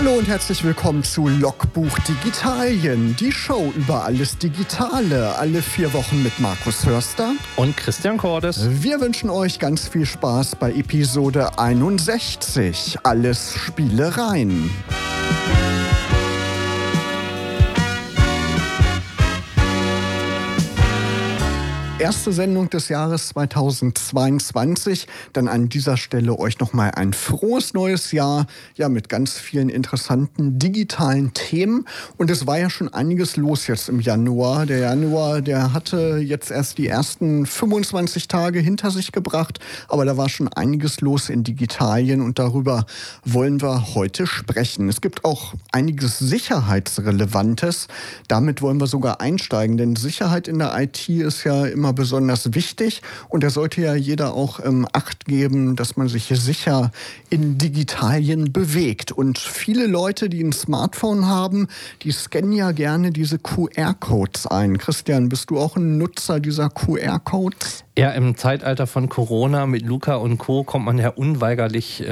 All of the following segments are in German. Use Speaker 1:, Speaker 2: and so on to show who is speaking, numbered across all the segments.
Speaker 1: Hallo und herzlich willkommen zu Logbuch Digitalien, die Show über alles Digitale, alle 4 Wochen mit Markus Hörster
Speaker 2: und Christian Cordes.
Speaker 1: Wir wünschen euch ganz viel Spaß bei Episode 61, alles Spielereien. Erste Sendung des Jahres 2022. Dann an dieser Stelle euch nochmal ein frohes neues Jahr, ja, mit ganz vielen interessanten digitalen Themen. Und es war ja schon einiges los jetzt im Januar. Der Januar, der hatte jetzt erst die ersten 25 Tage hinter sich gebracht, aber da war schon einiges los in Digitalien und darüber wollen wir heute sprechen. Es gibt auch einiges Sicherheitsrelevantes. Damit wollen wir sogar einsteigen, denn Sicherheit in der IT ist ja immer besonders wichtig und da sollte ja jeder auch Acht geben, dass man sich sicher in Digitalien bewegt. Und viele Leute, die ein Smartphone haben, die scannen ja gerne diese QR-Codes ein. Christian, bist du auch ein Nutzer dieser QR-Codes?
Speaker 2: Ja, im Zeitalter von Corona mit Luca und Co. kommt man ja unweigerlich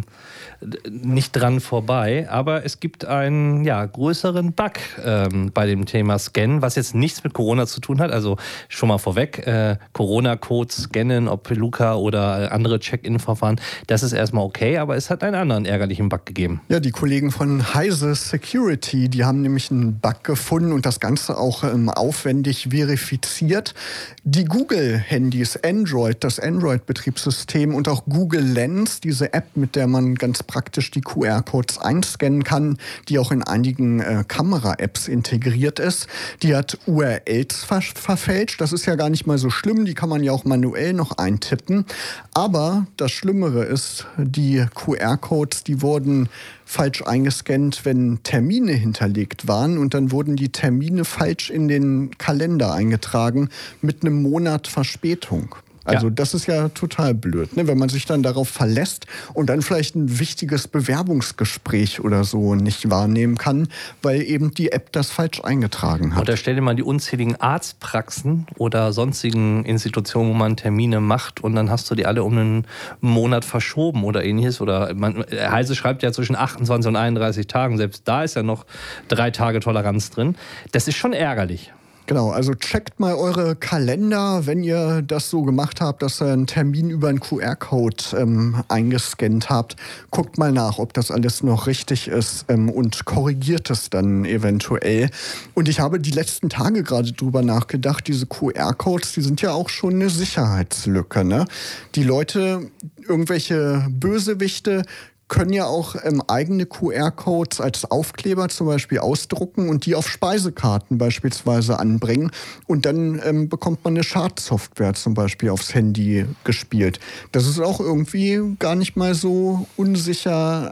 Speaker 2: nicht dran vorbei. Aber es gibt einen größeren Bug bei dem Thema Scannen, was jetzt nichts mit Corona zu tun hat. Also schon mal vorweg, Corona-Codes scannen, ob Luca oder andere Check-in-Verfahren, das ist erstmal okay, aber es hat einen anderen ärgerlichen Bug gegeben.
Speaker 1: Ja, die Kollegen von Heise Security, die haben nämlich einen Bug gefunden und das Ganze auch aufwendig verifiziert. Die Google-Handys, Android, das Android-Betriebssystem und auch Google Lens, diese App, mit der man ganz praktisch die QR-Codes einscannen kann, die auch in einigen Kamera-Apps integriert ist, die hat URLs verfälscht. Das ist ja gar nicht mal so schlimm, die kann man ja auch manuell noch eintippen. Aber das Schlimmere ist, die QR-Codes, die wurden falsch eingescannt, wenn Termine hinterlegt waren und dann wurden die Termine falsch in den Kalender eingetragen mit einem Monat Verspätung. Also das ist ja total blöd, ne? Wenn man sich dann darauf verlässt und dann vielleicht ein wichtiges Bewerbungsgespräch oder so nicht wahrnehmen kann, weil eben die App das falsch eingetragen hat.
Speaker 2: Oder stell dir mal die unzähligen Arztpraxen oder sonstigen Institutionen, wo man Termine macht und dann hast du die alle um einen Monat verschoben oder ähnliches. Oder Heise schreibt ja zwischen 28 und 31 Tagen, selbst da ist ja noch 3 Tage Toleranz drin. Das ist schon ärgerlich.
Speaker 1: Genau, also checkt mal eure Kalender, wenn ihr das so gemacht habt, dass ihr einen Termin über einen QR-Code eingescannt habt. Guckt mal nach, ob das alles noch richtig ist und korrigiert es dann eventuell. Und ich habe die letzten Tage gerade drüber nachgedacht, diese QR-Codes, die sind ja auch schon eine Sicherheitslücke, ne? Die Leute, irgendwelche Bösewichte, können ja auch eigene QR-Codes als Aufkleber zum Beispiel ausdrucken und die auf Speisekarten beispielsweise anbringen. Und dann bekommt man eine Schadsoftware zum Beispiel aufs Handy gespielt. Das ist auch irgendwie gar nicht mal so unsichere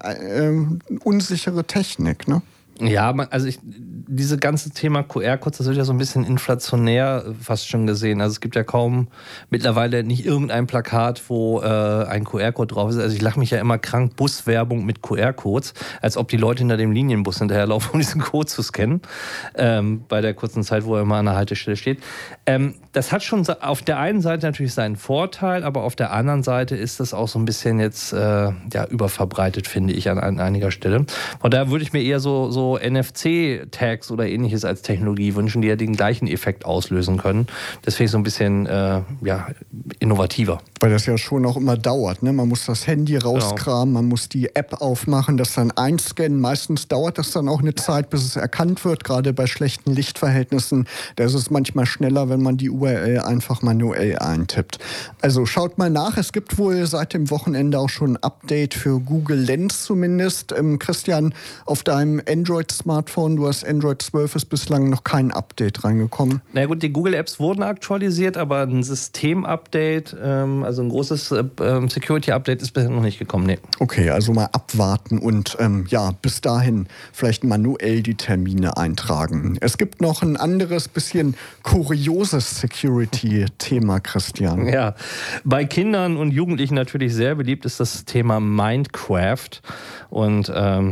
Speaker 1: Technik, ne?
Speaker 2: Ja, diese ganze Thema QR-Codes, das wird ja so ein bisschen inflationär fast schon gesehen. Also es gibt ja kaum mittlerweile nicht irgendein Plakat, wo ein QR-Code drauf ist. Also ich lache mich ja immer krank, Buswerbung mit QR-Codes, als ob die Leute hinter dem Linienbus hinterherlaufen, um diesen Code zu scannen, bei der kurzen Zeit, wo er immer an der Haltestelle steht. Das hat schon auf der einen Seite natürlich seinen Vorteil, aber auf der anderen Seite ist das auch so ein bisschen jetzt überverbreitet, finde ich, an einiger Stelle. Von daher würde ich mir eher so NFC-Tags oder ähnliches als Technologie wünschen, die ja den gleichen Effekt auslösen können. Das finde ich so ein bisschen innovativer.
Speaker 1: Weil das ja schon auch immer dauert, ne? Man muss das Handy rauskramen, man muss die App aufmachen, das dann einscannen. Meistens dauert das dann auch eine Zeit, bis es erkannt wird, gerade bei schlechten Lichtverhältnissen. Da ist es manchmal schneller, wenn man die URL einfach manuell eintippt. Also schaut mal nach, es gibt wohl seit dem Wochenende auch schon ein Update für Google Lens zumindest. Christian, auf deinem Android-Smartphone, du hast Android 12, ist bislang noch kein Update reingekommen.
Speaker 2: Na gut, die Google-Apps wurden aktualisiert, aber ein System-Update, also ein großes Security-Update ist bisher noch nicht gekommen. Nee.
Speaker 1: Okay, also mal abwarten und bis dahin vielleicht manuell die Termine eintragen. Es gibt noch ein anderes, bisschen kurioses Security-Thema, Christian.
Speaker 2: Ja, bei Kindern und Jugendlichen natürlich sehr beliebt ist das Thema Minecraft. Und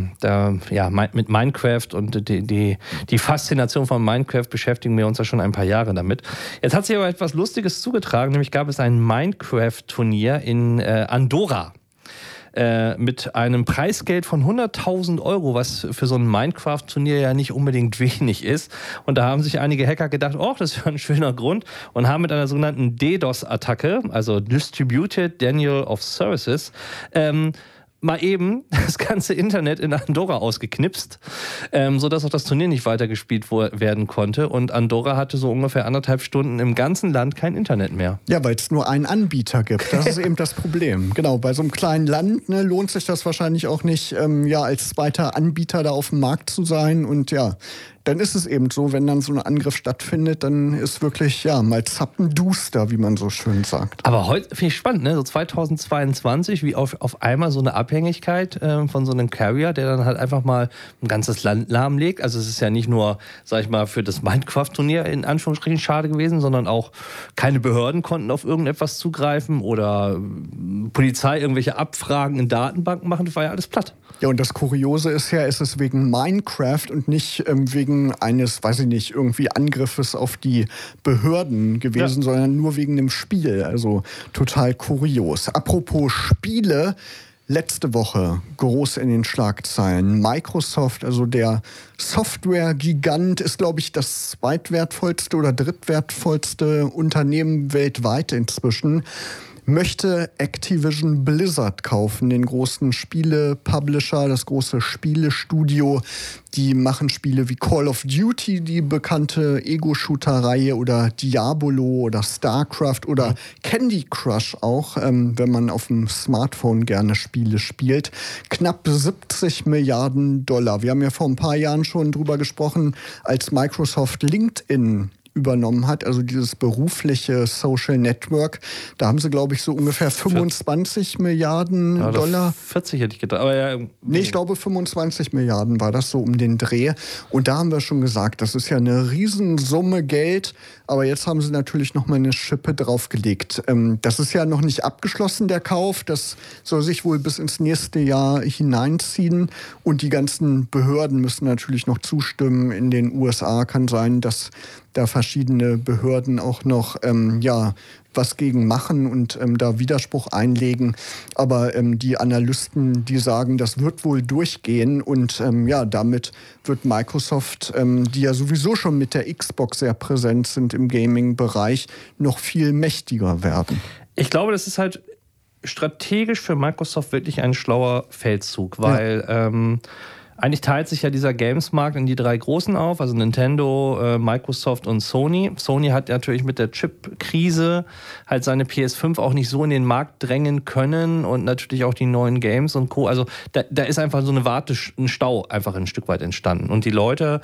Speaker 2: mit Minecraft und die Faszination von Minecraft beschäftigen wir uns ja schon ein paar Jahre damit. Jetzt hat sich aber etwas Lustiges zugetragen, nämlich gab es ein Minecraft-Turnier in Andorra. mit einem Preisgeld von 100.000 €, was für so ein Minecraft-Turnier ja nicht unbedingt wenig ist. Und da haben sich einige Hacker gedacht, oh, das ist ja ein schöner Grund, und haben mit einer sogenannten DDoS-Attacke, also Distributed Denial of Services, mal eben das ganze Internet in Andorra ausgeknipst, sodass auch das Turnier nicht weitergespielt werden konnte. Und Andorra hatte so ungefähr 1,5 Stunden im ganzen Land kein Internet mehr.
Speaker 1: Ja, weil es nur einen Anbieter gibt. Das ist eben das Problem. Genau, bei so einem kleinen Land lohnt sich das wahrscheinlich auch nicht, als zweiter Anbieter da auf dem Markt zu sein. Und ja, dann ist es eben so, wenn dann so ein Angriff stattfindet, dann ist wirklich, mal zappenduster, wie man so schön sagt.
Speaker 2: Aber heute finde ich spannend, ne? So 2022, wie auf einmal so eine Abhängigkeit von so einem Carrier, der dann halt einfach mal ein ganzes Land lahmlegt. Also es ist ja nicht nur, sag ich mal, für das Minecraft-Turnier in Anführungsstrichen schade gewesen, sondern auch keine Behörden konnten auf irgendetwas zugreifen oder Polizei irgendwelche Abfragen in Datenbanken machen. Das war ja alles platt.
Speaker 1: Ja, und das Kuriose ist ja, es ist wegen Minecraft und nicht wegen eines, weiß ich nicht, irgendwie Angriffes auf die Behörden gewesen, sondern nur wegen dem Spiel. Also total kurios. Apropos Spiele, letzte Woche groß in den Schlagzeilen. Microsoft, also der Software-Gigant, ist, glaube ich, das zweitwertvollste oder drittwertvollste Unternehmen weltweit inzwischen, möchte Activision Blizzard kaufen, den großen Spiele-Publisher, das große Spielestudio. Die machen Spiele wie Call of Duty, die bekannte Ego-Shooter-Reihe, oder Diablo oder StarCraft oder Candy Crush auch, wenn man auf dem Smartphone gerne Spiele spielt. Knapp 70 Milliarden $. Wir haben ja vor ein paar Jahren schon drüber gesprochen, als Microsoft LinkedIn übernommen hat, also dieses berufliche Social Network. Da haben sie, glaube ich, so ungefähr 25 Milliarden $.
Speaker 2: 40 hätte ich gedacht. Aber ja,
Speaker 1: nee, ich glaube 25 Milliarden war das so um den Dreh. Und da haben wir schon gesagt, das ist ja eine Riesensumme Geld. Aber jetzt haben sie natürlich noch mal eine Schippe draufgelegt. Das ist ja noch nicht abgeschlossen, der Kauf. Das soll sich wohl bis ins nächste Jahr hineinziehen. Und die ganzen Behörden müssen natürlich noch zustimmen. In den USA kann sein, dass da verschiedene Behörden auch noch was gegen machen und da Widerspruch einlegen. Aber die Analysten, die sagen, das wird wohl durchgehen. Und damit wird Microsoft, die ja sowieso schon mit der Xbox sehr präsent sind im Gaming-Bereich, noch viel mächtiger werden.
Speaker 2: Ich glaube, das ist halt strategisch für Microsoft wirklich ein schlauer Feldzug, weil eigentlich teilt sich ja dieser Games-Markt in die 3 Großen auf, also Nintendo, Microsoft und Sony. Sony hat natürlich mit der Chip-Krise halt seine PS5 auch nicht so in den Markt drängen können und natürlich auch die neuen Games und Co. Also da ist einfach so ein Stau einfach ein Stück weit entstanden. Und die Leute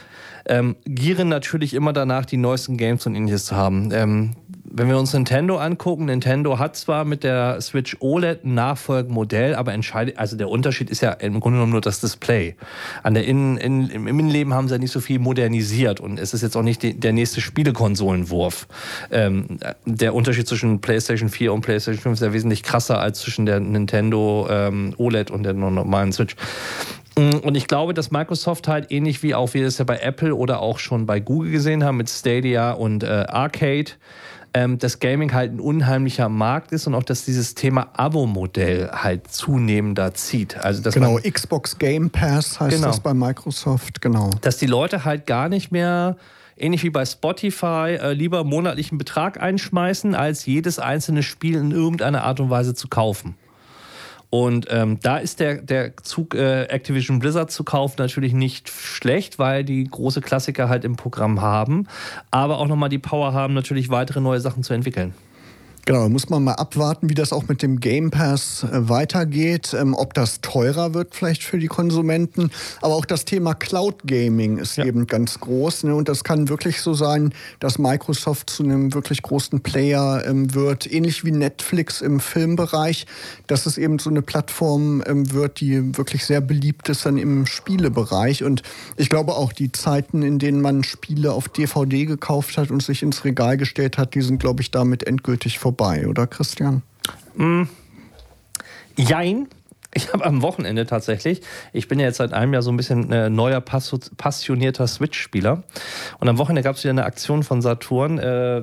Speaker 2: gieren natürlich immer danach, die neuesten Games und Ähnliches zu haben. Wenn wir uns Nintendo angucken, Nintendo hat zwar mit der Switch OLED ein Nachfolgemodell, aber der Unterschied ist ja im Grunde genommen nur das Display. Im Innenleben haben sie ja nicht so viel modernisiert und es ist jetzt auch nicht der nächste Spielekonsolenwurf. Der Unterschied zwischen PlayStation 4 und PlayStation 5 ist ja wesentlich krasser als zwischen der Nintendo OLED und der normalen Switch. Und ich glaube, dass Microsoft halt ähnlich wie auch wir es ja bei Apple oder auch schon bei Google gesehen haben mit Stadia und Arcade, dass Gaming halt ein unheimlicher Markt ist und auch, dass dieses Thema Abo-Modell halt zunehmender zieht. Also, dass
Speaker 1: Xbox Game Pass heißt das bei Microsoft, genau.
Speaker 2: Dass die Leute halt gar nicht mehr, ähnlich wie bei Spotify, lieber monatlichen Betrag einschmeißen, als jedes einzelne Spiel in irgendeiner Art und Weise zu kaufen. Und da ist der Zug, Activision Blizzard zu kaufen, natürlich nicht schlecht, weil die große Klassiker halt im Programm haben, aber auch nochmal die Power haben, natürlich weitere neue Sachen zu entwickeln.
Speaker 1: Genau, da muss man mal abwarten, wie das auch mit dem Game Pass weitergeht, ob das teurer wird vielleicht für die Konsumenten. Aber auch das Thema Cloud Gaming ist eben ganz groß. Ne? Und das kann wirklich so sein, dass Microsoft zu einem wirklich großen Player wird, ähnlich wie Netflix im Filmbereich, dass es eben so eine Plattform wird, die wirklich sehr beliebt ist dann im Spielebereich. Und ich glaube auch, die Zeiten, in denen man Spiele auf DVD gekauft hat und sich ins Regal gestellt hat, die sind, glaube ich, damit endgültig vorbei, oder Christian?
Speaker 2: Jein. Ich Ich habe am Wochenende tatsächlich, ich bin ja jetzt seit einem Jahr so ein bisschen neuer, passionierter Switch-Spieler. Und am Wochenende gab es wieder eine Aktion von Saturn,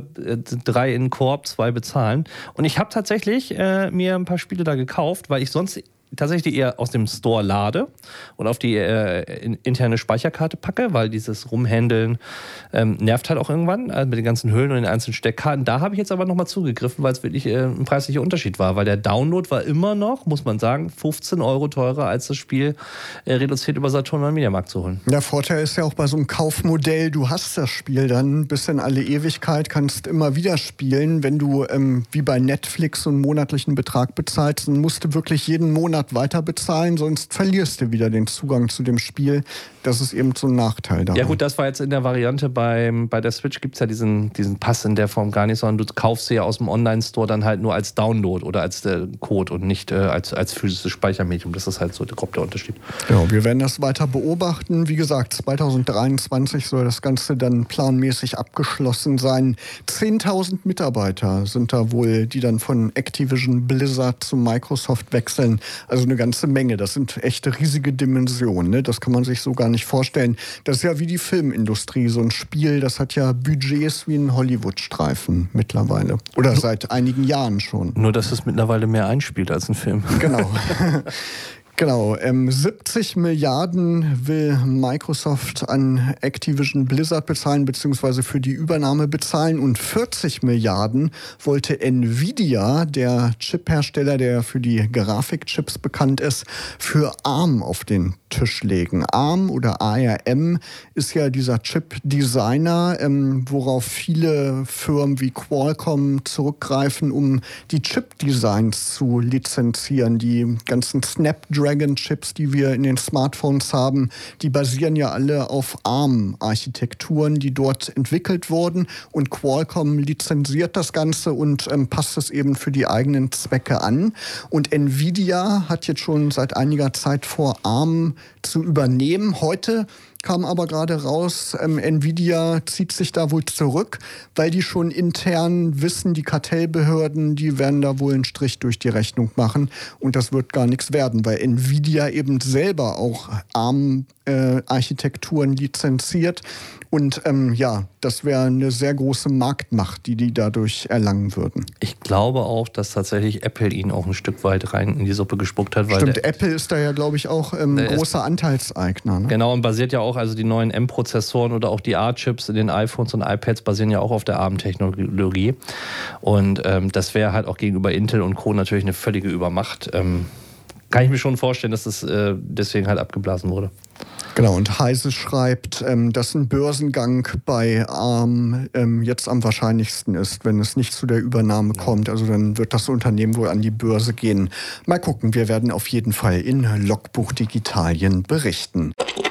Speaker 2: 3 in Koop, 2 bezahlen. Und ich habe tatsächlich mir ein paar Spiele da gekauft, weil ich sonst tatsächlich eher aus dem Store lade und auf die interne Speicherkarte packe, weil dieses Rumhändeln nervt halt auch irgendwann mit den ganzen Hüllen und den einzelnen Steckkarten. Da habe ich jetzt aber nochmal zugegriffen, weil es wirklich ein preislicher Unterschied war, weil der Download war immer noch, muss man sagen, 15 € teurer, als das Spiel reduziert über Saturn oder Mediamarkt zu holen.
Speaker 1: Der Vorteil ist ja auch bei so einem Kaufmodell, du hast das Spiel dann bis in alle Ewigkeit, kannst immer wieder spielen. Wenn du wie bei Netflix so einen monatlichen Betrag bezahlst, dann musst du wirklich jeden Monat weiter bezahlen, sonst verlierst du wieder den Zugang zu dem Spiel. Das ist eben so ein Nachteil daran.
Speaker 2: Ja gut, das war jetzt in der Variante bei der Switch gibt es ja diesen Pass in der Form gar nicht, sondern du kaufst sie ja aus dem Online-Store dann halt nur als Download oder als Code und nicht als physisches Speichermedium. Das ist halt so grob der Unterschied.
Speaker 1: Ja, wir werden das weiter beobachten. Wie gesagt, 2023 soll das Ganze dann planmäßig abgeschlossen sein. 10.000 Mitarbeiter sind da wohl, die dann von Activision Blizzard zu Microsoft wechseln. Also eine ganze Menge. Das sind echte riesige Dimensionen. Ne? Das kann man sich so gar nicht vorstellen. Das ist ja wie die Filmindustrie. So ein Spiel, das hat ja Budgets wie ein Hollywood-Streifen mittlerweile. Oder seit einigen Jahren schon.
Speaker 2: Nur, dass es mittlerweile mehr einspielt als ein Film.
Speaker 1: Genau. Genau, 70 Milliarden will Microsoft an Activision Blizzard bezahlen, beziehungsweise für die Übernahme bezahlen. Und 40 Milliarden wollte Nvidia, der Chiphersteller, der für die Grafikchips bekannt ist, für ARM auf den Tisch legen. ARM oder ARM ist ja dieser Chip-Designer, worauf viele Firmen wie Qualcomm zurückgreifen, um die Chip-Designs zu lizenzieren. Die ganzen Snapdragon-Chips, die wir in den Smartphones haben, die basieren ja alle auf ARM-Architekturen, die dort entwickelt wurden. Und Qualcomm lizenziert das Ganze und passt es eben für die eigenen Zwecke an. Und Nvidia hat jetzt schon seit einiger Zeit vor, ARM zu übernehmen. Heute kam aber gerade raus, Nvidia zieht sich da wohl zurück, weil die schon intern wissen, die Kartellbehörden, die werden da wohl einen Strich durch die Rechnung machen und das wird gar nichts werden, weil Nvidia eben selber auch ARM-Architekturen lizenziert und das wäre eine sehr große Marktmacht, die dadurch erlangen würden.
Speaker 2: Ich glaube auch, dass tatsächlich Apple ihn auch ein Stück weit rein in die Suppe gespuckt hat. Weil
Speaker 1: stimmt, Apple ist da ja, glaube ich, auch großer Anteilseigner. Ne?
Speaker 2: Genau, und basiert ja auch, also die neuen M-Prozessoren oder auch die A-Chips in den iPhones und iPads basieren ja auch auf der ARM-Technologie. Und das wäre halt auch gegenüber Intel und Co. natürlich eine völlige Übermacht. Kann ich mir schon vorstellen, dass das deswegen halt abgeblasen wurde.
Speaker 1: Genau, und Heise schreibt, dass ein Börsengang bei ARM jetzt am wahrscheinlichsten ist, wenn es nicht zu der Übernahme kommt. Also dann wird das Unternehmen wohl an die Börse gehen. Mal gucken, wir werden auf jeden Fall in Logbuch Digitalien berichten.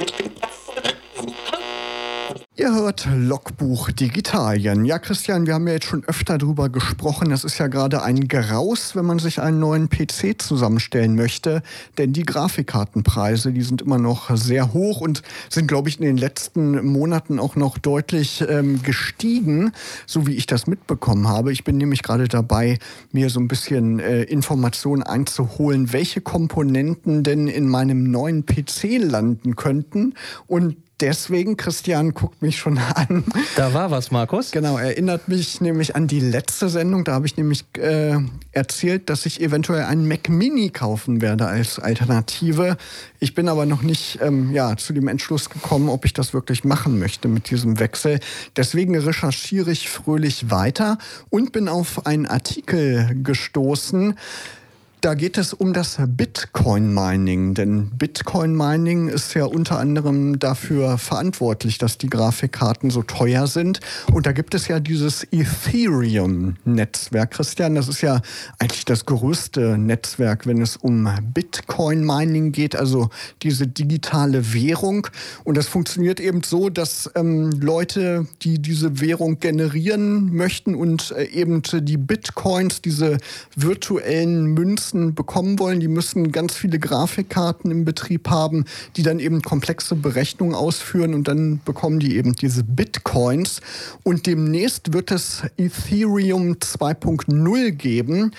Speaker 1: Ihr hört Logbuch Digitalien. Ja, Christian, wir haben ja jetzt schon öfter drüber gesprochen. Es ist ja gerade ein Graus, wenn man sich einen neuen PC zusammenstellen möchte. Denn die Grafikkartenpreise, die sind immer noch sehr hoch und sind, glaube ich, in den letzten Monaten auch noch deutlich gestiegen, so wie ich das mitbekommen habe. Ich bin nämlich gerade dabei, mir so ein bisschen Informationen einzuholen, welche Komponenten denn in meinem neuen PC landen könnten. Und deswegen, Christian guckt mich schon an.
Speaker 2: Da war was, Markus.
Speaker 1: Genau, erinnert mich nämlich an die letzte Sendung. Da habe ich nämlich erzählt, dass ich eventuell einen Mac Mini kaufen werde als Alternative. Ich bin aber noch nicht zu dem Entschluss gekommen, ob ich das wirklich machen möchte mit diesem Wechsel. Deswegen recherchiere ich fröhlich weiter und bin auf einen Artikel gestoßen. Da geht es um das Bitcoin-Mining, denn Bitcoin-Mining ist ja unter anderem dafür verantwortlich, dass die Grafikkarten so teuer sind. Und da gibt es ja dieses Ethereum-Netzwerk, Christian, das ist ja eigentlich das größte Netzwerk, wenn es um Bitcoin-Mining geht, also diese digitale Währung. Und das funktioniert eben so, dass Leute, die diese Währung generieren möchten und eben die Bitcoins, diese virtuellen Münzen bekommen wollen, die müssen ganz viele Grafikkarten im Betrieb haben, die dann eben komplexe Berechnungen ausführen und dann bekommen die eben diese Bitcoins. Und demnächst wird es Ethereum 2.0 geben.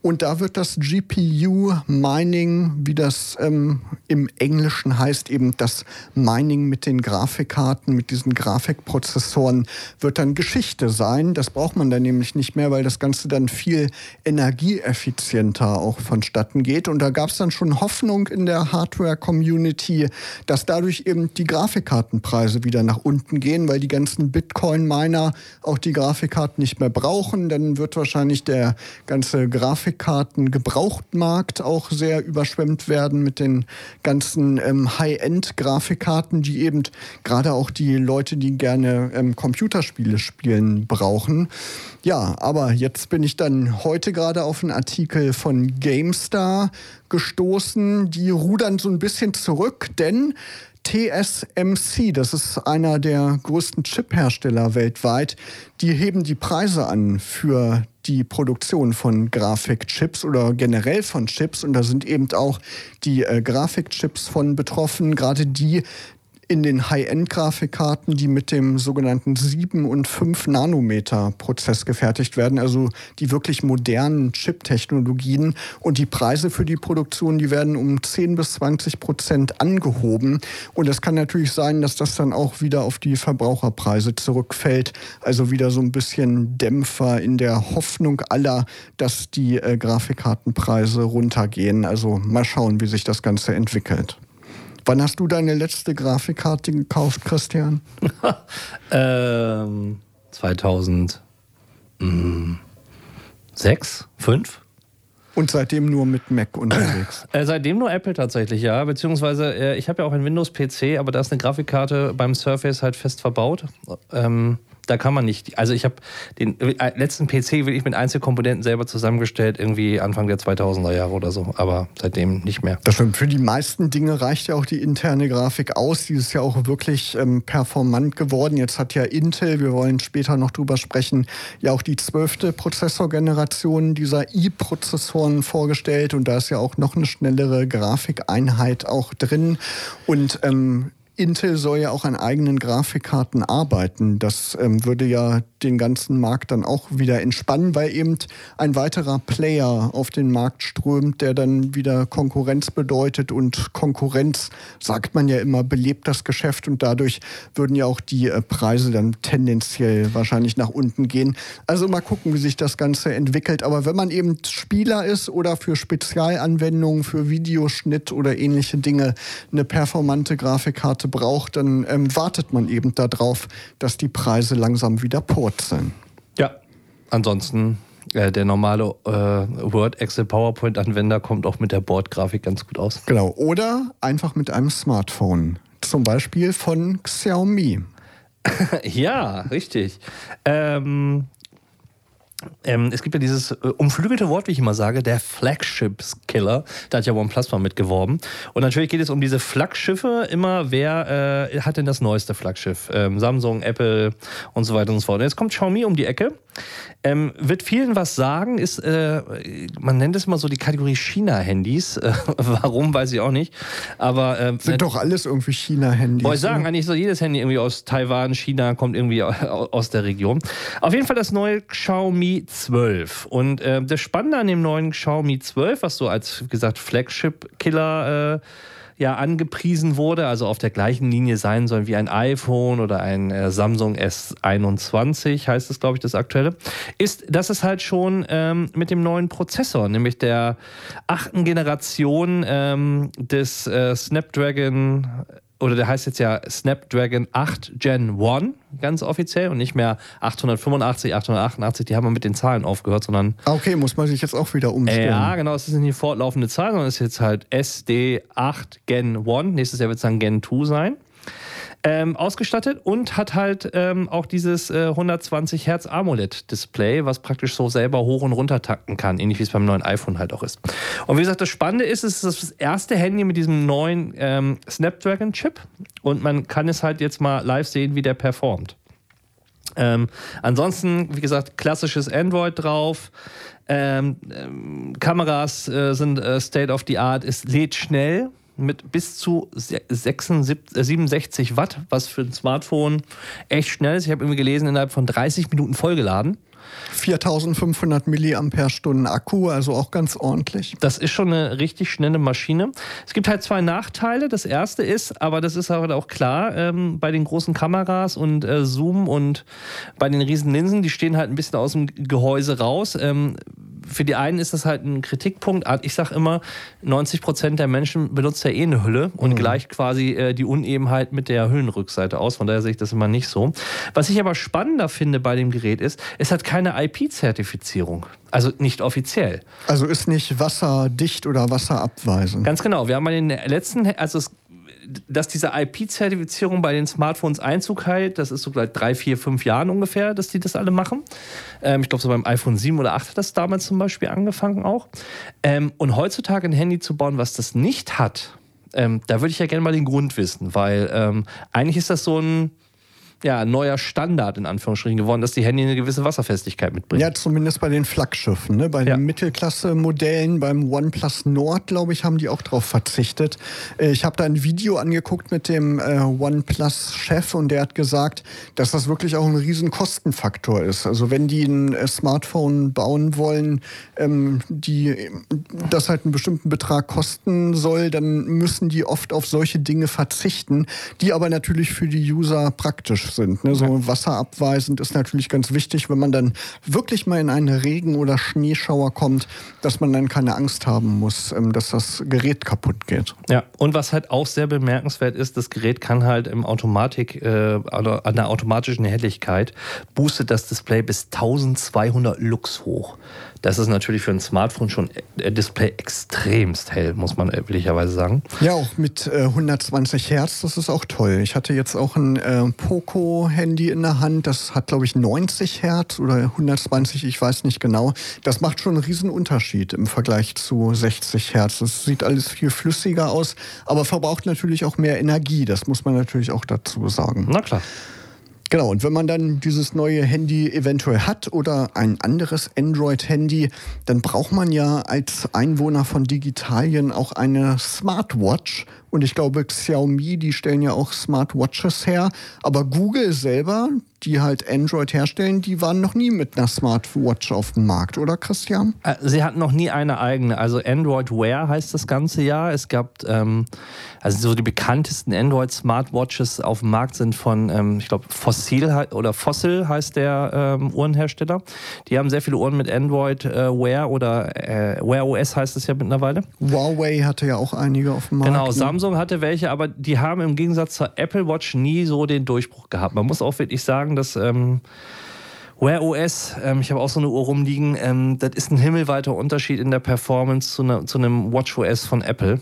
Speaker 1: Und da wird das GPU-Mining, wie das im Englischen heißt, eben das Mining mit den Grafikkarten, mit diesen Grafikprozessoren, wird dann Geschichte sein. Das braucht man dann nämlich nicht mehr, weil das Ganze dann viel energieeffizienter auch vonstatten geht. Und da gab es dann schon Hoffnung in der Hardware-Community, dass dadurch eben die Grafikkartenpreise wieder nach unten gehen, weil die ganzen Bitcoin-Miner auch die Grafikkarten nicht mehr brauchen. Dann wird wahrscheinlich der ganze Grafikkarten-Gebrauchtmarkt auch sehr überschwemmt werden mit den ganzen High-End-Grafikkarten, die eben gerade auch die Leute, die gerne Computerspiele spielen, brauchen. Ja, aber jetzt bin ich dann heute gerade auf einen Artikel von GameStar gestoßen. Die rudern so ein bisschen zurück, denn TSMC, das ist einer der größten Chip-Hersteller weltweit, die heben die Preise an für die Produktion von Grafikchips oder generell von Chips. Und da sind eben auch die Grafikchips von betroffen, gerade die in den High-End-Grafikkarten, die mit dem sogenannten 7- und 5-Nanometer-Prozess gefertigt werden, also die wirklich modernen Chip-Technologien. Und die Preise für die Produktion, die werden um 10-20% angehoben. Und es kann natürlich sein, dass das dann auch wieder auf die Verbraucherpreise zurückfällt. Also wieder so ein bisschen Dämpfer in der Hoffnung aller, dass die Grafikkartenpreise runtergehen. Also mal schauen, wie sich das Ganze entwickelt. Wann hast du deine letzte Grafikkarte gekauft, Christian?
Speaker 2: 2006, 2005.
Speaker 1: Und seitdem nur mit Mac unterwegs?
Speaker 2: Seitdem nur Apple tatsächlich, ja. Beziehungsweise, ich habe ja auch einen Windows-PC, aber da ist eine Grafikkarte beim Surface halt fest verbaut. Da kann man nicht. Also ich habe den letzten PC wirklich mit Einzelkomponenten selber zusammengestellt, irgendwie Anfang der 2000er Jahre oder so, aber seitdem nicht mehr.
Speaker 1: Das stimmt. Für die meisten Dinge reicht ja auch die interne Grafik aus. Die ist ja auch wirklich performant geworden. Jetzt hat ja Intel, wir wollen später noch drüber sprechen, ja auch die 12. Prozessorgeneration dieser i-Prozessoren vorgestellt. Und da ist ja auch noch eine schnellere Grafikeinheit auch drin. Und Intel soll ja auch an eigenen Grafikkarten arbeiten. Das würde ja den ganzen Markt dann auch wieder entspannen, weil eben ein weiterer Player auf den Markt strömt, der dann wieder Konkurrenz bedeutet. Und Konkurrenz, sagt man ja immer, belebt das Geschäft. Und dadurch würden ja auch die Preise dann tendenziell wahrscheinlich nach unten gehen. Also mal gucken, wie sich das Ganze entwickelt. Aber wenn man eben Spieler ist oder für Spezialanwendungen, für Videoschnitt oder ähnliche Dinge eine performante Grafikkarte braucht, dann wartet man eben darauf, dass die Preise langsam wieder purzeln.
Speaker 2: Ja, ansonsten der normale Word, Excel, PowerPoint-Anwender kommt auch mit der Bordgrafik ganz gut aus.
Speaker 1: Genau, oder einfach mit einem Smartphone, zum Beispiel von Xiaomi.
Speaker 2: Ja, richtig. Es gibt ja dieses umflügelte Wort, wie ich immer sage, der Flagship-Killer. Da hat ja OnePlus mal mitgeworben. Und natürlich geht es um diese Flaggschiffe. Immer, wer hat denn das neueste Flaggschiff? Samsung, Apple und so weiter und so fort. Und jetzt kommt Xiaomi um die Ecke. Wird vielen was sagen, ist, man nennt es mal so die Kategorie China-Handys. Warum, weiß ich auch nicht. Aber
Speaker 1: sind doch alles irgendwie China-Handys.
Speaker 2: Wollte ich sagen, eigentlich so jedes Handy irgendwie aus Taiwan, China, kommt irgendwie aus der Region. Auf jeden Fall das neue Xiaomi 12. Und das Spannende an dem neuen Xiaomi 12, was so als, wie gesagt, Flagship-Killer angepriesen wurde, also auf der gleichen Linie sein soll wie ein iPhone oder ein Samsung S21, heißt es, glaube ich, das aktuelle, ist, dass es halt schon mit dem neuen Prozessor, nämlich der 8. Generation des Snapdragon, oder der heißt jetzt ja Snapdragon 8 Gen 1, ganz offiziell, und nicht mehr 885, 888, die haben wir mit den Zahlen aufgehört, sondern...
Speaker 1: Okay, muss man sich jetzt auch wieder umstellen.
Speaker 2: Ja, genau, es ist nicht die fortlaufende Zahl, sondern es ist jetzt halt SD 8 Gen 1, nächstes Jahr wird es dann Gen 2 sein. Ausgestattet und hat halt auch dieses 120 Hertz AMOLED-Display, was praktisch so selber hoch und runter takten kann, ähnlich wie es beim neuen iPhone halt auch ist. Und wie gesagt, das Spannende ist, es ist das erste Handy mit diesem neuen Snapdragon-Chip und man kann es halt jetzt mal live sehen, wie der performt. Ansonsten, wie gesagt, klassisches Android drauf. Kameras sind State of the Art, es lädt schnell mit bis zu 67 Watt, was für ein Smartphone echt schnell ist. Ich habe irgendwie gelesen, innerhalb von 30 Minuten vollgeladen.
Speaker 1: 4.500 Milliampere-Stunden Akku, also auch ganz ordentlich.
Speaker 2: Das ist schon eine richtig schnelle Maschine. Es gibt halt 2 Nachteile. Das erste ist, aber das ist halt auch klar, bei den großen Kameras und Zoom und bei den riesen Linsen, die stehen halt ein bisschen aus dem Gehäuse raus. Für die einen ist das halt ein Kritikpunkt. Ich sage immer, 90% der Menschen benutzt ja eine Hülle und gleicht quasi die Unebenheit mit der Hüllenrückseite aus. Von daher sehe ich das immer nicht so. Was ich aber spannender finde bei dem Gerät ist, es hat keine IP-Zertifizierung. Also nicht offiziell.
Speaker 1: Also ist nicht wasserdicht oder wasserabweisend.
Speaker 2: Ganz genau. Wir haben bei den letzten, dass diese IP-Zertifizierung bei den Smartphones Einzug hält, das ist so gleich 3, 4, 5 Jahren ungefähr, dass die das alle machen. Ich glaube, so beim iPhone 7 oder 8 hat das damals zum Beispiel angefangen auch. Und heutzutage ein Handy zu bauen, was das nicht hat, da würde ich ja gerne mal den Grund wissen, weil eigentlich ist das so ein neuer Standard in Anführungsstrichen geworden, dass die Handy eine gewisse Wasserfestigkeit mitbringen.
Speaker 1: Ja, zumindest bei den Flaggschiffen. Ne? Bei den Mittelklasse-Modellen, beim OnePlus Nord, glaube ich, haben die auch drauf verzichtet. Ich habe da ein Video angeguckt mit dem OnePlus-Chef und der hat gesagt, dass das wirklich auch ein riesen Kostenfaktor ist. Also wenn die ein Smartphone bauen wollen, das halt einen bestimmten Betrag kosten soll, dann müssen die oft auf solche Dinge verzichten, die aber natürlich für die User praktisch sind. Ne? So wasserabweisend ist natürlich ganz wichtig, wenn man dann wirklich mal in einen Regen- oder Schneeschauer kommt, dass man dann keine Angst haben muss, dass das Gerät kaputt geht.
Speaker 2: Ja, und was halt auch sehr bemerkenswert ist, das Gerät kann halt im an der automatischen Helligkeit boostet das Display bis 1200 Lux hoch. Das ist natürlich für ein Smartphone schon Display extremst hell, muss man ehrlicherweise sagen.
Speaker 1: Ja, auch mit 120 Hertz, das ist auch toll. Ich hatte jetzt auch ein Poco-Handy in der Hand, das hat, glaube ich, 90 Hertz oder 120, ich weiß nicht genau. Das macht schon einen riesen Unterschied im Vergleich zu 60 Hertz. Das sieht alles viel flüssiger aus, aber verbraucht natürlich auch mehr Energie. Das muss man natürlich auch dazu sagen.
Speaker 2: Na klar.
Speaker 1: Genau, und wenn man dann dieses neue Handy eventuell hat oder ein anderes Android-Handy, dann braucht man ja als Einwohner von Digitalien auch eine Smartwatch. Und ich glaube, Xiaomi, die stellen ja auch Smartwatches her. Aber Google selber, die halt Android herstellen, die waren noch nie mit einer Smartwatch auf dem Markt, oder Christian?
Speaker 2: Sie hatten noch nie eine eigene. Also Android Wear heißt das ganze Jahr. Es gab, also so die bekanntesten Android-Smartwatches auf dem Markt sind von, ich glaube, Fossil heißt der Uhrenhersteller. Die haben sehr viele Uhren mit Android Wear oder Wear OS heißt es ja mittlerweile.
Speaker 1: Huawei hatte ja auch einige auf dem Markt.
Speaker 2: Genau, Samsung hatte welche, aber die haben im Gegensatz zur Apple Watch nie so den Durchbruch gehabt. Man muss auch wirklich sagen, dass Wear OS, ich habe auch so eine Uhr rumliegen, das ist ein himmelweiter Unterschied in der Performance zu einem Watch OS von Apple.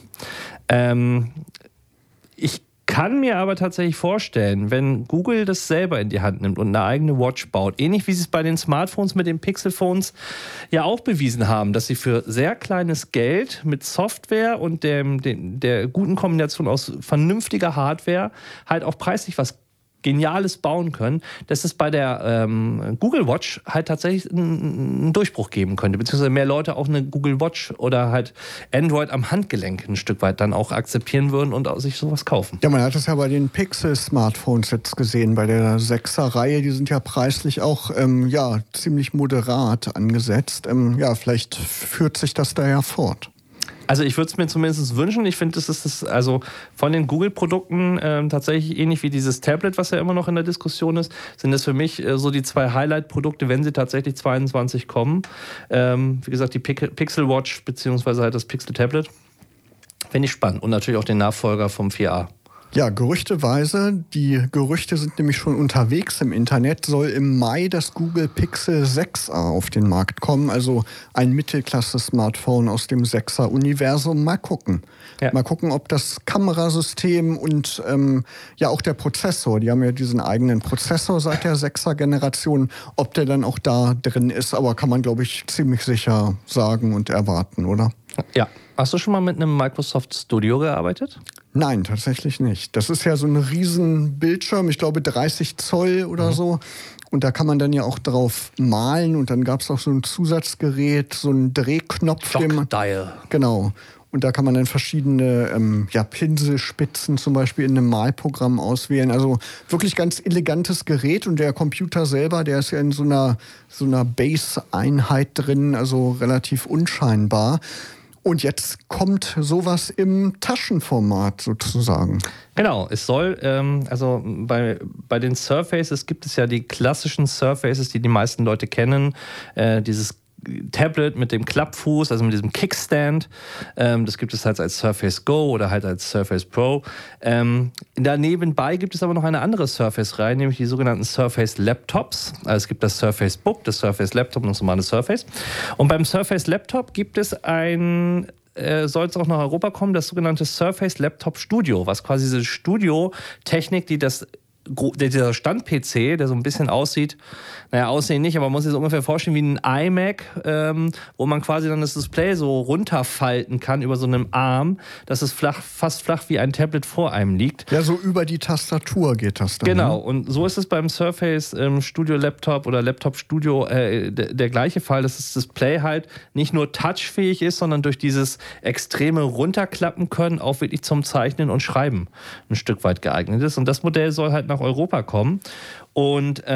Speaker 2: Ich kann mir aber tatsächlich vorstellen, wenn Google das selber in die Hand nimmt und eine eigene Watch baut, ähnlich wie sie es bei den Smartphones mit den Pixel-Phones ja auch bewiesen haben, dass sie für sehr kleines Geld mit Software und der guten Kombination aus vernünftiger Hardware halt auch preislich was Geniales bauen können, dass es bei der Google Watch halt tatsächlich einen Durchbruch geben könnte, beziehungsweise mehr Leute auch eine Google Watch oder halt Android am Handgelenk ein Stück weit dann auch akzeptieren würden und sich sowas kaufen.
Speaker 1: Ja, man hat das ja bei den Pixel-Smartphones jetzt gesehen, bei der 6er-Reihe, die sind ja preislich auch ziemlich moderat angesetzt. Vielleicht führt sich das daher fort.
Speaker 2: Also ich würde es mir zumindest wünschen. Ich finde, das ist also von den Google-Produkten tatsächlich ähnlich wie dieses Tablet, was ja immer noch in der Diskussion ist, sind das für mich so die 2 Highlight-Produkte, wenn sie tatsächlich 22 kommen. Wie gesagt, die Pixel Watch beziehungsweise halt das Pixel Tablet. Finde ich spannend. Und natürlich auch den Nachfolger vom 4a.
Speaker 1: Ja, gerüchteweise, die Gerüchte sind nämlich schon unterwegs im Internet, soll im Mai das Google Pixel 6a auf den Markt kommen, also ein Mittelklasse-Smartphone aus dem 6er-Universum. Mal gucken. Ja. Mal gucken, ob das Kamerasystem und auch der Prozessor, die haben ja diesen eigenen Prozessor seit der 6er-Generation, ob der dann auch da drin ist, aber kann man, glaube ich, ziemlich sicher sagen und erwarten, oder?
Speaker 2: Ja. Hast du schon mal mit einem Microsoft Studio gearbeitet?
Speaker 1: Nein, tatsächlich nicht. Das ist ja so ein riesen Bildschirm, ich glaube 30 Zoll oder so. Und da kann man dann ja auch drauf malen. Und dann gab es auch so ein Zusatzgerät, so einen Drehknopf.
Speaker 2: Jog Dial.
Speaker 1: Genau. und da kann man dann verschiedene Pinselspitzen zum Beispiel in einem Malprogramm auswählen. Also wirklich ganz elegantes Gerät und der Computer selber, der ist ja in so einer Base-Einheit drin, also relativ unscheinbar. Und jetzt kommt sowas im Taschenformat sozusagen.
Speaker 2: Genau, es soll, bei den Surfaces gibt es ja die klassischen Surfaces, die meisten Leute kennen, dieses Tablet mit dem Klappfuß, also mit diesem Kickstand. Das gibt es halt als Surface Go oder halt als Surface Pro. Danebenbei gibt es aber noch eine andere Surface-Reihe, nämlich die sogenannten Surface Laptops. Also es gibt das Surface Book, das Surface Laptop und das normale Surface. Und beim Surface Laptop gibt es soll es auch nach Europa kommen, das sogenannte Surface Laptop Studio, was quasi diese Studio-Technik, dieser Stand-PC, der so ein bisschen aussieht, aussehen nicht, aber man muss sich so ungefähr vorstellen wie ein iMac, wo man quasi dann das Display so runterfalten kann über so einem Arm, dass es fast flach wie ein Tablet vor einem liegt.
Speaker 1: Ja, so über die Tastatur geht das dann.
Speaker 2: Genau,
Speaker 1: ne?
Speaker 2: und so ist es beim Surface Studio Laptop oder Laptop Studio der gleiche Fall, dass das Display halt nicht nur touchfähig ist, sondern durch dieses extreme Runterklappen können auch wirklich zum Zeichnen und Schreiben ein Stück weit geeignet ist. Und das Modell soll halt nach Europa kommen. Und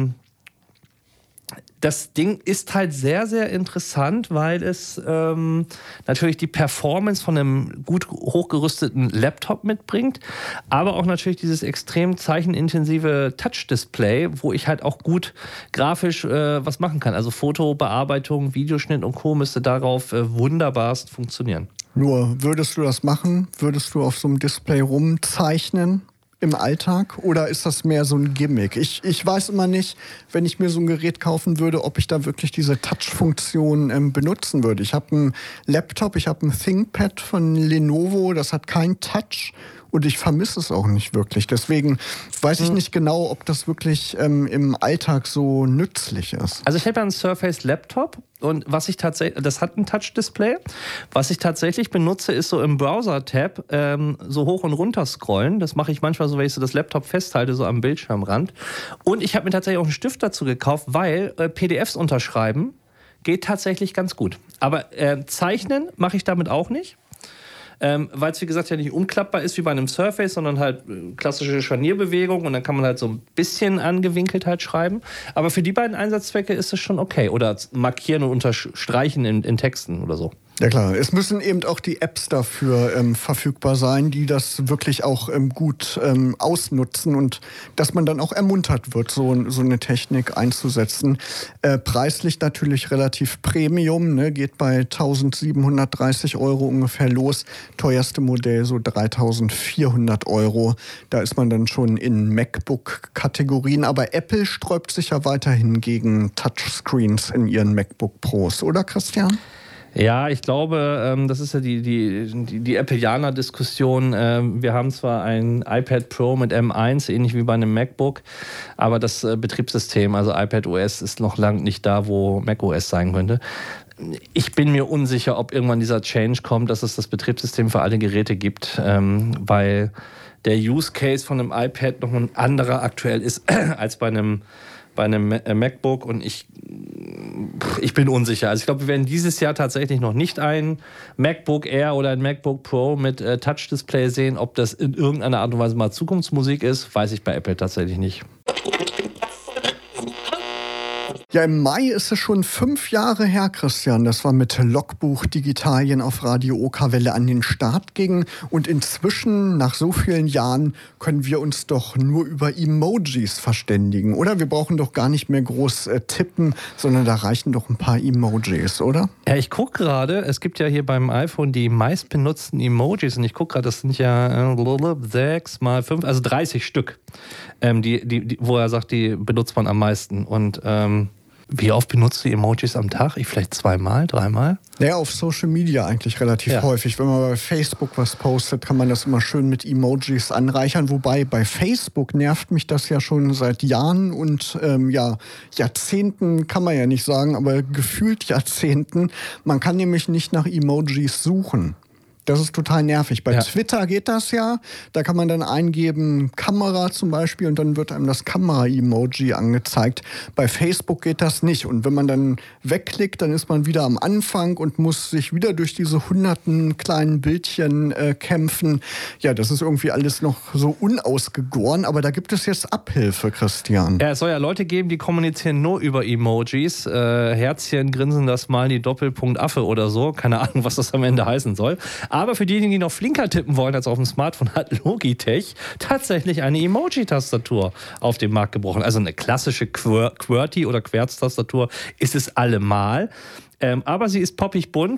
Speaker 2: das Ding ist halt sehr, sehr interessant, weil es natürlich die Performance von einem gut hochgerüsteten Laptop mitbringt, aber auch natürlich dieses extrem zeichenintensive Touch-Display, wo ich halt auch gut grafisch was machen kann. Also Fotobearbeitung, Videoschnitt und Co. müsste darauf wunderbarst funktionieren.
Speaker 1: Nur, würdest du das machen? Würdest du auf so einem Display rumzeichnen? Im Alltag oder ist das mehr so ein Gimmick? Ich weiß immer nicht, wenn ich mir so ein Gerät kaufen würde, ob ich da wirklich diese Touch-Funktion benutzen würde. Ich habe einen Laptop, ich habe ein ThinkPad von Lenovo, das hat keinen Touch und ich vermisse es auch nicht wirklich. Deswegen weiß ich nicht genau, ob das wirklich im Alltag so nützlich ist.
Speaker 2: Also ich habe ja einen Surface Laptop und das hat ein Touch-Display. Was ich tatsächlich benutze, ist so im Browser-Tab so hoch und runter scrollen. Das mache ich manchmal so, wenn ich so das Laptop festhalte, so am Bildschirmrand. Und ich habe mir tatsächlich auch einen Stift dazu gekauft, weil PDFs unterschreiben geht tatsächlich ganz gut. Aber zeichnen mache ich damit auch nicht. Weil es, wie gesagt, ja nicht umklappbar ist wie bei einem Surface, sondern halt klassische Scharnierbewegung und dann kann man halt so ein bisschen angewinkelt halt schreiben. Aber für die beiden Einsatzzwecke ist es schon okay. Oder markieren und unterstreichen in Texten oder so.
Speaker 1: Ja klar, es müssen eben auch die Apps dafür verfügbar sein, die das wirklich auch gut ausnutzen und dass man dann auch ermuntert wird, so eine Technik einzusetzen. Preislich natürlich relativ Premium, ne, geht bei 1.730 € ungefähr los. Teuerste Modell so 3.400 €. Da ist man dann schon in MacBook-Kategorien. Aber Apple sträubt sich ja weiterhin gegen Touchscreens in ihren MacBook Pros, oder Christian?
Speaker 2: Ja, ich glaube, das ist ja die Appleianer-Diskussion. Wir haben zwar ein iPad Pro mit M1, ähnlich wie bei einem MacBook, aber das Betriebssystem, also iPadOS, ist noch lange nicht da, wo macOS sein könnte. Ich bin mir unsicher, ob irgendwann dieser Change kommt, dass es das Betriebssystem für alle Geräte gibt, weil der Use Case von einem iPad noch ein anderer aktuell ist als bei einem MacBook und ich bin unsicher. Also ich glaube, wir werden dieses Jahr tatsächlich noch nicht ein MacBook Air oder ein MacBook Pro mit Touch-Display sehen. Ob das in irgendeiner Art und Weise mal Zukunftsmusik ist, weiß ich bei Apple tatsächlich nicht.
Speaker 1: Ja, im Mai ist es schon 5 Jahre her, Christian. Das war mit Logbuch Digitalien auf Radio Okerwelle an den Start ging. Und inzwischen, nach so vielen Jahren, können wir uns doch nur über Emojis verständigen, oder? Wir brauchen doch gar nicht mehr groß tippen, sondern da reichen doch ein paar Emojis, oder?
Speaker 2: Ja, ich gucke gerade, es gibt ja hier beim iPhone die meistbenutzten Emojis. Und ich gucke gerade, das sind ja 6 mal 5, also 30 Stück, wo er sagt, die benutzt man am meisten. Und wie oft benutzt du Emojis am Tag? Ich vielleicht 2-mal, 3-mal?
Speaker 1: Ja, auf Social Media eigentlich relativ häufig. Wenn man bei Facebook was postet, kann man das immer schön mit Emojis anreichern. Wobei bei Facebook nervt mich das ja schon seit Jahren und Jahrzehnten kann man ja nicht sagen, aber gefühlt Jahrzehnten. Man kann nämlich nicht nach Emojis suchen. Das ist total nervig. Bei Twitter geht das ja. Da kann man dann eingeben, Kamera zum Beispiel, und dann wird einem das Kamera-Emoji angezeigt. Bei Facebook geht das nicht. Und wenn man dann wegklickt, dann ist man wieder am Anfang und muss sich wieder durch diese hunderten kleinen Bildchen kämpfen. Ja, das ist irgendwie alles noch so unausgegoren. Aber da gibt es jetzt Abhilfe, Christian.
Speaker 2: Ja, es soll ja Leute geben, die kommunizieren nur über Emojis. Herzchen, Grinsen, das Smiley, Doppelpunkt, Affe oder so. Keine Ahnung, was das am Ende heißen soll. Aber für diejenigen, die noch flinker tippen wollen als auf dem Smartphone, hat Logitech tatsächlich eine Emoji-Tastatur auf den Markt gebrochen. Also eine klassische QWERTY- oder Querz-Tastatur ist es allemal. Aber sie ist poppig bunt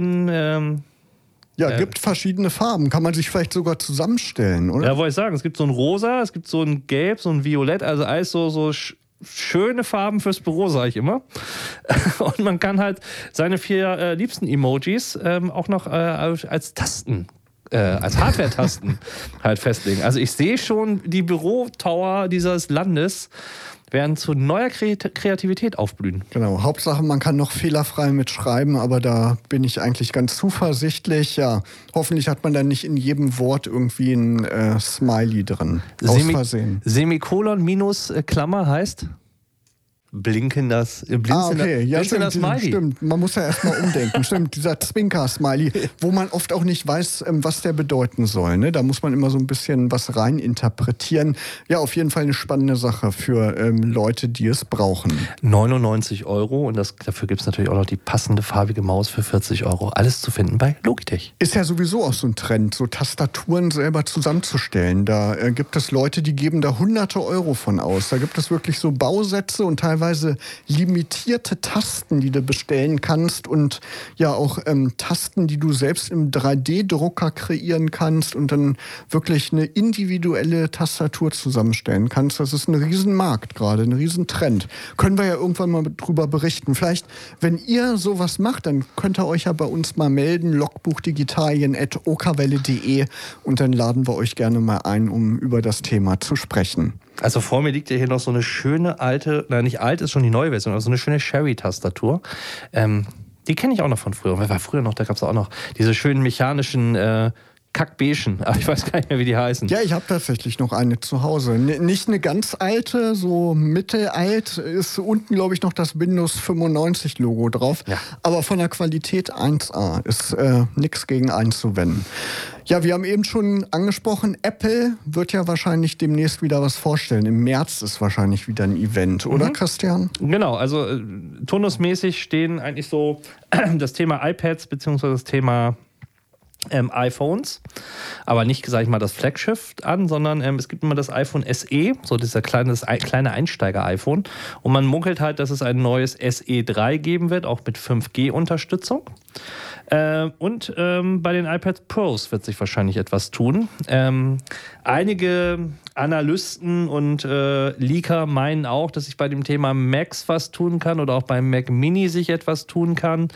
Speaker 1: gibt verschiedene Farben. Kann man sich vielleicht sogar zusammenstellen, oder?
Speaker 2: Ja, wollte ich sagen. Es gibt so ein Rosa, es gibt so ein Gelb, so ein Violett. Also alles so schöne Farben fürs Büro, sage ich immer. Und man kann halt seine 4 liebsten Emojis auch noch als Tasten, als Hardware-Tasten halt festlegen. Also ich sehe schon, die Bürotower dieses Landes werden zu neuer Kreativität aufblühen.
Speaker 1: Genau, Hauptsache man kann noch fehlerfrei mitschreiben, aber da bin ich eigentlich ganz zuversichtlich. Ja, hoffentlich hat man dann nicht in jedem Wort irgendwie ein Smiley drin. Aus Versehen.
Speaker 2: Semikolon minus Klammer heißt? Blinkendes Smiley.
Speaker 1: Stimmt. Man muss ja erstmal umdenken. Stimmt, dieser Zwinker-Smiley, wo man oft auch nicht weiß, was der bedeuten soll. Ne? Da muss man immer so ein bisschen was rein interpretieren. Ja, auf jeden Fall eine spannende Sache für Leute, die es brauchen.
Speaker 2: 99 € und dafür gibt es natürlich auch noch die passende farbige Maus für 40 €. Alles zu finden bei Logitech.
Speaker 1: Ist ja sowieso auch so ein Trend, so Tastaturen selber zusammenzustellen. Da gibt es Leute, die geben da hunderte Euro von aus. Da gibt es wirklich so Bausätze und teilweise limitierte Tasten, die du bestellen kannst und ja auch Tasten, die du selbst im 3D-Drucker kreieren kannst und dann wirklich eine individuelle Tastatur zusammenstellen kannst. Das ist ein Riesenmarkt gerade, ein Riesentrend. Können wir ja irgendwann mal drüber berichten. Vielleicht, wenn ihr sowas macht, dann könnt ihr euch ja bei uns mal melden, logbuchdigitalien@okerwelle.de, und dann laden wir euch gerne mal ein, um über das Thema zu sprechen.
Speaker 2: Also vor mir liegt ja hier noch so eine schöne alte, nein, nicht alt, ist schon die neue Version, aber so eine schöne Sherry-Tastatur. Die kenne ich auch noch von früher. Wer war früher noch? Da gab es auch noch diese schönen mechanischen Kackbeigen, aber ich weiß gar nicht mehr, wie die heißen.
Speaker 1: Ja, ich habe tatsächlich noch eine zu Hause. Nicht eine ganz alte, so mittelalt, ist unten, glaube ich, noch das Windows 95 Logo drauf. Ja. Aber von der Qualität 1A, ist nichts gegen einzuwenden. Ja, wir haben eben schon angesprochen, Apple wird ja wahrscheinlich demnächst wieder was vorstellen. Im März ist wahrscheinlich wieder ein Event, oder Christian?
Speaker 2: Genau, also turnusmäßig stehen eigentlich so das Thema iPads bzw. das Thema iPhones, aber nicht, sage ich mal, das Flaggschiff an, sondern es gibt immer das iPhone SE, so dieser kleine Einsteiger-iPhone, und man munkelt halt, dass es ein neues SE 3 geben wird, auch mit 5G-Unterstützung. Und bei den iPad Pros wird sich wahrscheinlich etwas tun. Einige Analysten und Leaker meinen auch, dass sich bei dem Thema Macs was tun kann oder auch beim Mac Mini sich etwas tun kann.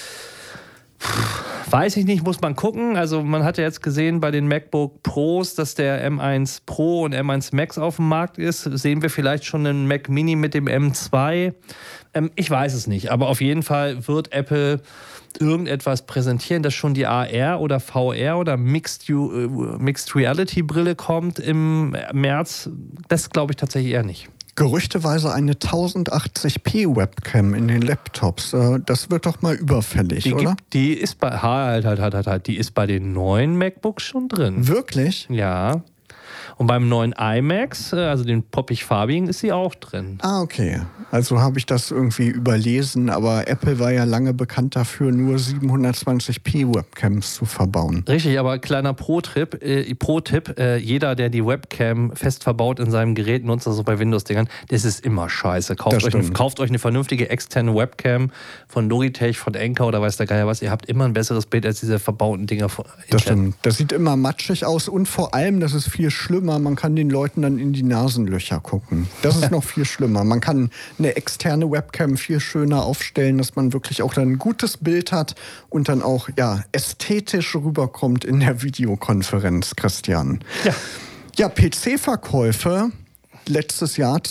Speaker 2: Weiß ich nicht, muss man gucken. Also man hat ja jetzt gesehen bei den MacBook Pros, dass der M1 Pro und M1 Max auf dem Markt ist. Sehen wir vielleicht schon einen Mac Mini mit dem M2? Ich weiß es nicht, aber auf jeden Fall wird Apple irgendetwas präsentieren, dass schon die AR oder VR oder Mixed Reality Brille kommt im März. Das glaube ich tatsächlich eher nicht.
Speaker 1: Gerüchteweise eine 1080p Webcam in den Laptops. Das wird doch mal überfällig, oder?
Speaker 2: Die ist die ist bei den neuen MacBooks schon drin.
Speaker 1: Wirklich?
Speaker 2: Ja. Und beim neuen iMacs, also den poppig-farbigen, ist sie auch drin.
Speaker 1: Ah, okay. Also habe ich das irgendwie überlesen, aber Apple war ja lange bekannt dafür, nur 720p Webcams zu verbauen.
Speaker 2: Richtig, aber kleiner Pro-Tipp, jeder, der die Webcam fest verbaut in seinem Gerät nutzt, also bei Windows-Dingern, das ist immer scheiße. Kauft euch eine vernünftige externe Webcam von Logitech, von Anker oder weiß der Geier was. Ihr habt immer ein besseres Bild als diese verbauten Dinger.
Speaker 1: Das stimmt. Das sieht immer matschig aus und vor allem, das ist viel schlimmer, man kann den Leuten dann in die Nasenlöcher gucken. Das ist noch viel schlimmer. Man kann eine externe Webcam viel schöner aufstellen, dass man wirklich auch dann ein gutes Bild hat und dann auch ästhetisch rüberkommt in der Videokonferenz, Christian. Ja, PC-Verkäufe letztes Jahr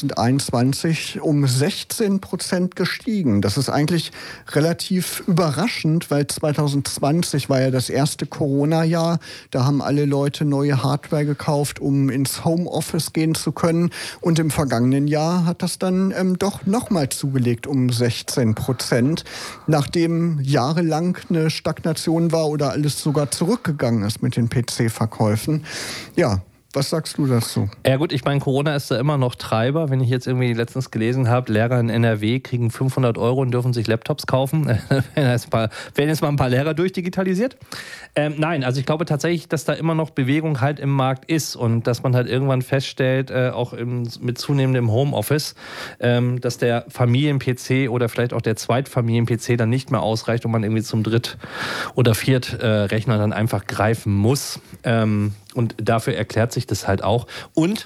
Speaker 1: 2021 um 16% gestiegen. Das ist eigentlich relativ überraschend, weil 2020 war ja das erste Corona-Jahr. Da haben alle Leute neue Hardware gekauft, um ins Homeoffice gehen zu können. Und im vergangenen Jahr hat das dann doch nochmal zugelegt um 16%, nachdem jahrelang eine Stagnation war oder alles sogar zurückgegangen ist mit den PC-Verkäufen. Ja. Was sagst du dazu?
Speaker 2: Ja gut, ich meine, Corona ist da immer noch Treiber. Wenn ich jetzt irgendwie letztens gelesen habe, Lehrer in NRW kriegen 500 € und dürfen sich Laptops kaufen. Werden jetzt mal ein paar Lehrer durchdigitalisiert. Nein, also ich glaube tatsächlich, dass da immer noch Bewegung halt im Markt ist und dass man halt irgendwann feststellt, auch mit zunehmendem Homeoffice, dass der Familien-PC oder vielleicht auch der Zweitfamilien-PC dann nicht mehr ausreicht und man irgendwie zum Dritt- oder Viertrechner dann einfach greifen muss. Und dafür erklärt sich das halt auch. Und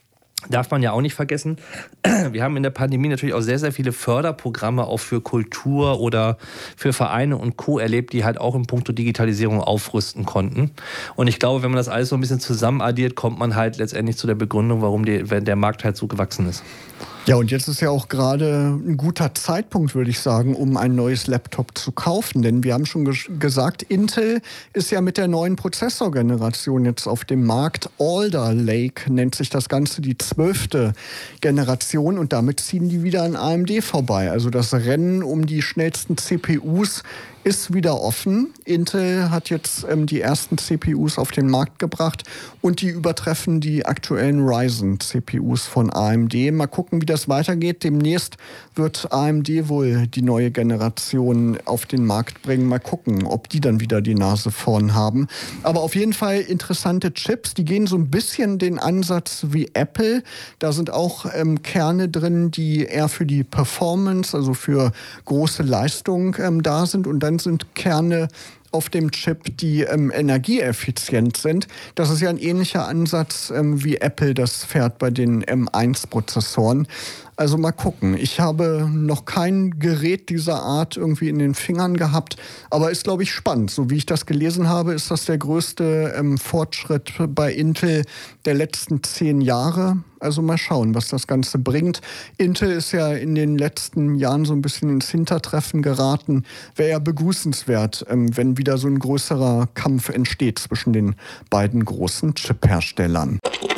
Speaker 2: darf man ja auch nicht vergessen, wir haben in der Pandemie natürlich auch sehr, sehr viele Förderprogramme auch für Kultur oder für Vereine und Co. erlebt, die halt auch in puncto Digitalisierung aufrüsten konnten. Und ich glaube, wenn man das alles so ein bisschen zusammenaddiert, kommt man halt letztendlich zu der Begründung, warum der Markt halt so gewachsen ist.
Speaker 1: Ja, und jetzt ist ja auch gerade ein guter Zeitpunkt, würde ich sagen, um ein neues Laptop zu kaufen. Denn wir haben schon gesagt, Intel ist ja mit der neuen Prozessorgeneration jetzt auf dem Markt. Alder Lake nennt sich das Ganze, die 12. Generation. Und damit ziehen die wieder an AMD vorbei. Also das Rennen um die schnellsten CPUs ist wieder offen. Intel hat jetzt die ersten CPUs auf den Markt gebracht und die übertreffen die aktuellen Ryzen-CPUs von AMD. Mal gucken, wie das weitergeht. Demnächst wird AMD wohl die neue Generation auf den Markt bringen. Mal gucken, ob die dann wieder die Nase vorn haben. Aber auf jeden Fall interessante Chips. Die gehen so ein bisschen den Ansatz wie Apple. Da sind auch Kerne drin, die eher für die Performance, also für große Leistung da sind. Und dann sind Kerne auf dem Chip, die energieeffizient sind. Das ist ja ein ähnlicher Ansatz, wie Apple das fährt bei den M1-Prozessoren. Also mal gucken. Ich habe noch kein Gerät dieser Art irgendwie in den Fingern gehabt, aber ist, glaube ich, spannend. So wie ich das gelesen habe, ist das der größte Fortschritt bei Intel der letzten 10 Jahre. Also mal schauen, was das Ganze bringt. Intel ist ja in den letzten Jahren so ein bisschen ins Hintertreffen geraten. Wäre ja begrüßenswert, wenn wieder so ein größerer Kampf entsteht zwischen den beiden großen Chip-Herstellern.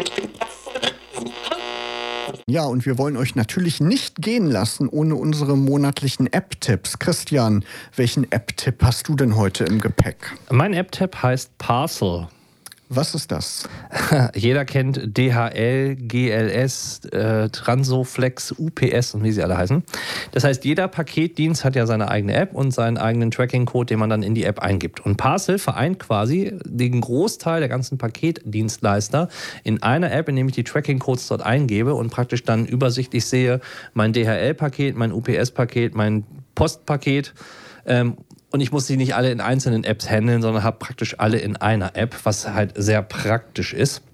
Speaker 1: Ja, und wir wollen euch natürlich nicht gehen lassen ohne unsere monatlichen App-Tipps. Christian, welchen App-Tipp hast du denn heute im Gepäck?
Speaker 2: Mein App-Tipp heißt Parcel.
Speaker 1: Was ist das?
Speaker 2: Jeder kennt DHL, GLS, Transoflex, UPS und wie sie alle heißen. Das heißt, jeder Paketdienst hat ja seine eigene App und seinen eigenen Tracking-Code, den man dann in die App eingibt. Und Parcel vereint quasi den Großteil der ganzen Paketdienstleister in einer App, indem ich die Tracking-Codes dort eingebe und praktisch dann übersichtlich sehe, mein DHL-Paket, mein UPS-Paket, mein Postpaket. Und ich muss sie nicht alle in einzelnen Apps handeln, sondern habe praktisch alle in einer App, was halt sehr praktisch ist.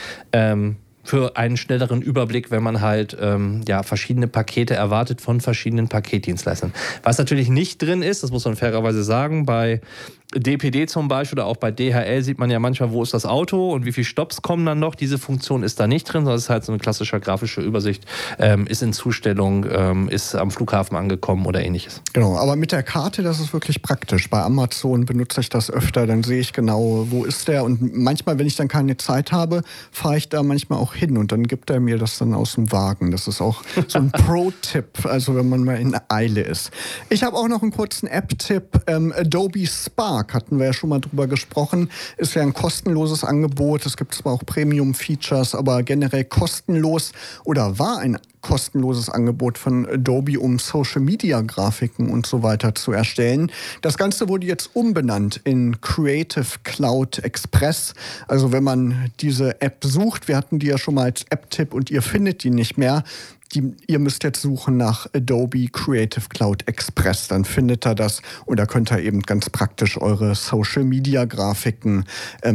Speaker 2: Für einen schnelleren Überblick, wenn man halt verschiedene Pakete erwartet von verschiedenen Paketdienstleistern. Was natürlich nicht drin ist, das muss man fairerweise sagen, bei DPD zum Beispiel oder auch bei DHL sieht man ja manchmal, wo ist das Auto und wie viele Stopps kommen dann noch. Diese Funktion ist da nicht drin, sondern es ist halt so eine klassische grafische Übersicht, ist in Zustellung, ist am Flughafen angekommen oder ähnliches.
Speaker 1: Genau, aber mit der Karte, das ist wirklich praktisch. Bei Amazon benutze ich das öfter, dann sehe ich genau, wo ist der. Und manchmal, wenn ich dann keine Zeit habe, fahre ich da manchmal auch hin und dann gibt er mir das dann aus dem Wagen. Das ist auch so ein Pro-Tipp, also wenn man mal in Eile ist. Ich habe auch noch einen kurzen App-Tipp. Adobe Spark hatten wir ja schon mal drüber gesprochen. Ist ja ein kostenloses Angebot. Es gibt zwar auch Premium-Features, aber generell kostenlos oder war ein kostenloses Angebot von Adobe, um Social-Media-Grafiken und so weiter zu erstellen. Das Ganze wurde jetzt umbenannt in Creative Cloud Express. Also wenn man diese App sucht, wir hatten die ja schon mal als App-Tipp und ihr findet die nicht mehr, ihr müsst jetzt suchen nach Adobe Creative Cloud Express, dann findet ihr das und da könnt ihr eben ganz praktisch eure Social-Media-Grafiken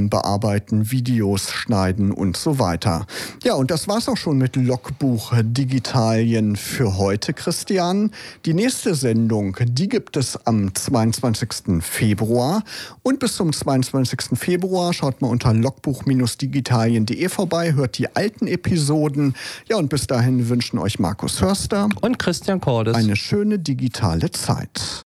Speaker 1: bearbeiten, Videos schneiden und so weiter. Ja, und das war's auch schon mit Logbuch Digital. Digitalien für heute, Christian. Die nächste Sendung, die gibt es am 22. Februar. Und bis zum 22. Februar schaut mal unter logbuch-digitalien.de vorbei, hört die alten Episoden. Ja, und bis dahin wünschen euch Markus Hörster
Speaker 2: und Christian Cordes
Speaker 1: eine schöne digitale Zeit.